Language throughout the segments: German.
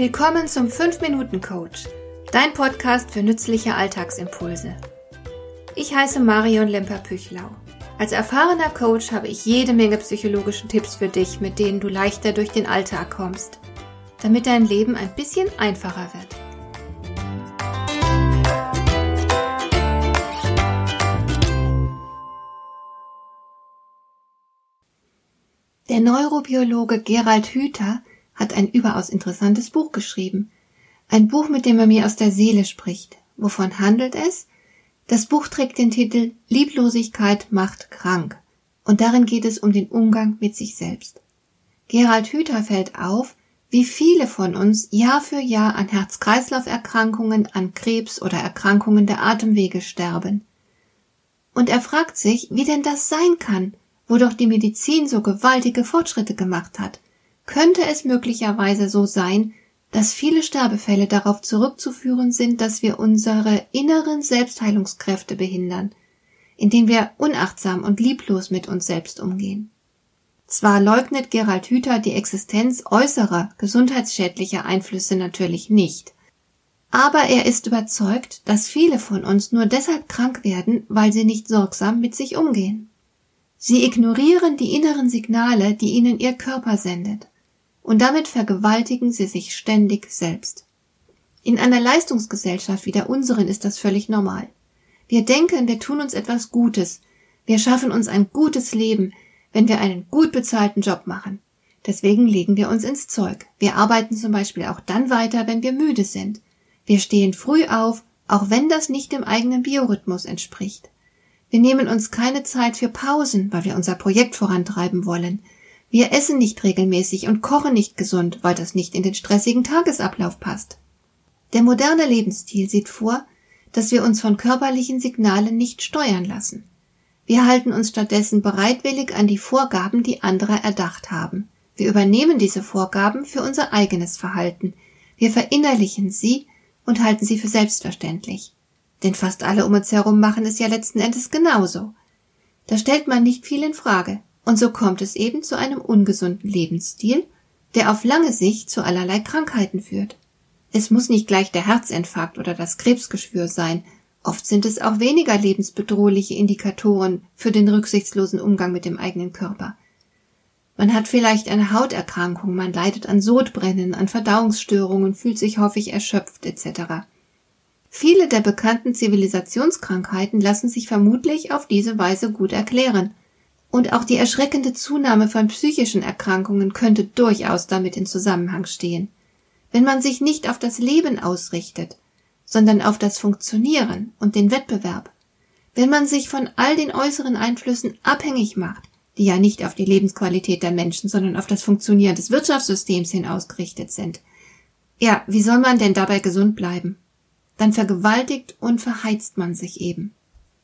Willkommen zum 5-Minuten-Coach, dein Podcast für nützliche Alltagsimpulse. Ich heiße Marion Lemper-Püchlau. Als erfahrener Coach habe ich jede Menge psychologische Tipps für dich, mit denen du leichter durch den Alltag kommst, damit dein Leben ein bisschen einfacher wird. Der Neurobiologe Gerald Hüther hat ein überaus interessantes Buch geschrieben. Ein Buch, mit dem er mir aus der Seele spricht. Wovon handelt es? Das Buch trägt den Titel Lieblosigkeit macht krank. Und darin geht es um den Umgang mit sich selbst. Gerald Hüther fällt auf, wie viele von uns Jahr für Jahr an Herz-Kreislauf-Erkrankungen, an Krebs oder Erkrankungen der Atemwege sterben. Und er fragt sich, wie denn das sein kann, wo doch die Medizin so gewaltige Fortschritte gemacht hat. Könnte es möglicherweise so sein, dass viele Sterbefälle darauf zurückzuführen sind, dass wir unsere inneren Selbstheilungskräfte behindern, indem wir unachtsam und lieblos mit uns selbst umgehen? Zwar leugnet Gerald Hüther die Existenz äußerer, gesundheitsschädlicher Einflüsse natürlich nicht, aber er ist überzeugt, dass viele von uns nur deshalb krank werden, weil sie nicht sorgsam mit sich umgehen. Sie ignorieren die inneren Signale, die ihnen ihr Körper sendet. Und damit vergewaltigen sie sich ständig selbst. In einer Leistungsgesellschaft wie der unseren ist das völlig normal. Wir denken, wir tun uns etwas Gutes. Wir schaffen uns ein gutes Leben, wenn wir einen gut bezahlten Job machen. Deswegen legen wir uns ins Zeug. Wir arbeiten zum Beispiel auch dann weiter, wenn wir müde sind. Wir stehen früh auf, auch wenn das nicht dem eigenen Biorhythmus entspricht. Wir nehmen uns keine Zeit für Pausen, weil wir unser Projekt vorantreiben wollen. Wir essen nicht regelmäßig und kochen nicht gesund, weil das nicht in den stressigen Tagesablauf passt. Der moderne Lebensstil sieht vor, dass wir uns von körperlichen Signalen nicht steuern lassen. Wir halten uns stattdessen bereitwillig an die Vorgaben, die andere erdacht haben. Wir übernehmen diese Vorgaben für unser eigenes Verhalten. Wir verinnerlichen sie und halten sie für selbstverständlich. Denn fast alle um uns herum machen es ja letzten Endes genauso. Da stellt man nicht viel in Frage. Und so kommt es eben zu einem ungesunden Lebensstil, der auf lange Sicht zu allerlei Krankheiten führt. Es muss nicht gleich der Herzinfarkt oder das Krebsgeschwür sein. Oft sind es auch weniger lebensbedrohliche Indikatoren für den rücksichtslosen Umgang mit dem eigenen Körper. Man hat vielleicht eine Hauterkrankung, man leidet an Sodbrennen, an Verdauungsstörungen, fühlt sich häufig erschöpft etc. Viele der bekannten Zivilisationskrankheiten lassen sich vermutlich auf diese Weise gut erklären. Und auch die erschreckende Zunahme von psychischen Erkrankungen könnte durchaus damit in Zusammenhang stehen. Wenn man sich nicht auf das Leben ausrichtet, sondern auf das Funktionieren und den Wettbewerb, wenn man sich von all den äußeren Einflüssen abhängig macht, die ja nicht auf die Lebensqualität der Menschen, sondern auf das Funktionieren des Wirtschaftssystems hin ausgerichtet sind, ja, wie soll man denn dabei gesund bleiben? Dann vergewaltigt und verheizt man sich eben.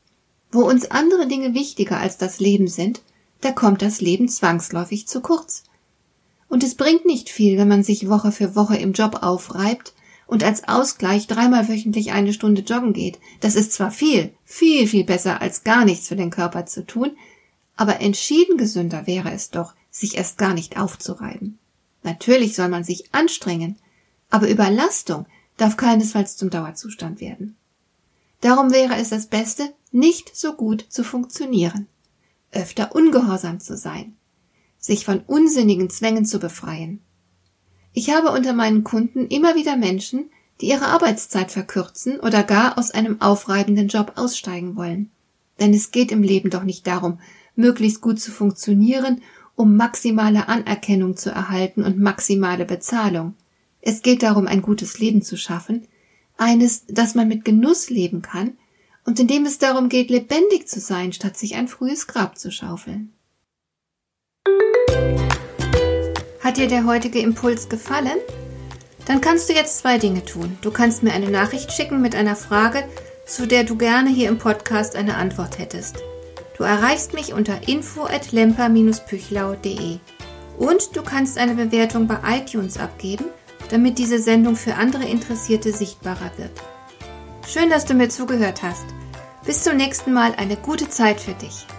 Wo uns andere Dinge wichtiger als das Leben sind, da kommt das Leben zwangsläufig zu kurz. Und es bringt nicht viel, wenn man sich Woche für Woche im Job aufreibt und als Ausgleich 3-mal wöchentlich 1 Stunde joggen geht. Das ist zwar viel, viel besser als gar nichts für den Körper zu tun, aber entschieden gesünder wäre es doch, sich erst gar nicht aufzureiben. Natürlich soll man sich anstrengen, aber Überlastung darf keinesfalls zum Dauerzustand werden. Darum wäre es das Beste, nicht so gut zu funktionieren, öfter ungehorsam zu sein, sich von unsinnigen Zwängen zu befreien. Ich habe unter meinen Kunden immer wieder Menschen, die ihre Arbeitszeit verkürzen oder gar aus einem aufreibenden Job aussteigen wollen. Denn es geht im Leben doch nicht darum, möglichst gut zu funktionieren, um maximale Anerkennung zu erhalten und maximale Bezahlung. Es geht darum, ein gutes Leben zu schaffen, eines, das man mit Genuss leben kann und in dem es darum geht, lebendig zu sein, statt sich ein frühes Grab zu schaufeln. Hat dir der heutige Impuls gefallen? Dann kannst du jetzt 2 Dinge tun. Du kannst mir eine Nachricht schicken mit einer Frage, zu der du gerne hier im Podcast eine Antwort hättest. Du erreichst mich unter info@lemper-püchlau.de und du kannst eine Bewertung bei iTunes abgeben, damit diese Sendung für andere Interessierte sichtbarer wird. Schön, dass du mir zugehört hast. Bis zum nächsten Mal, eine gute Zeit für dich.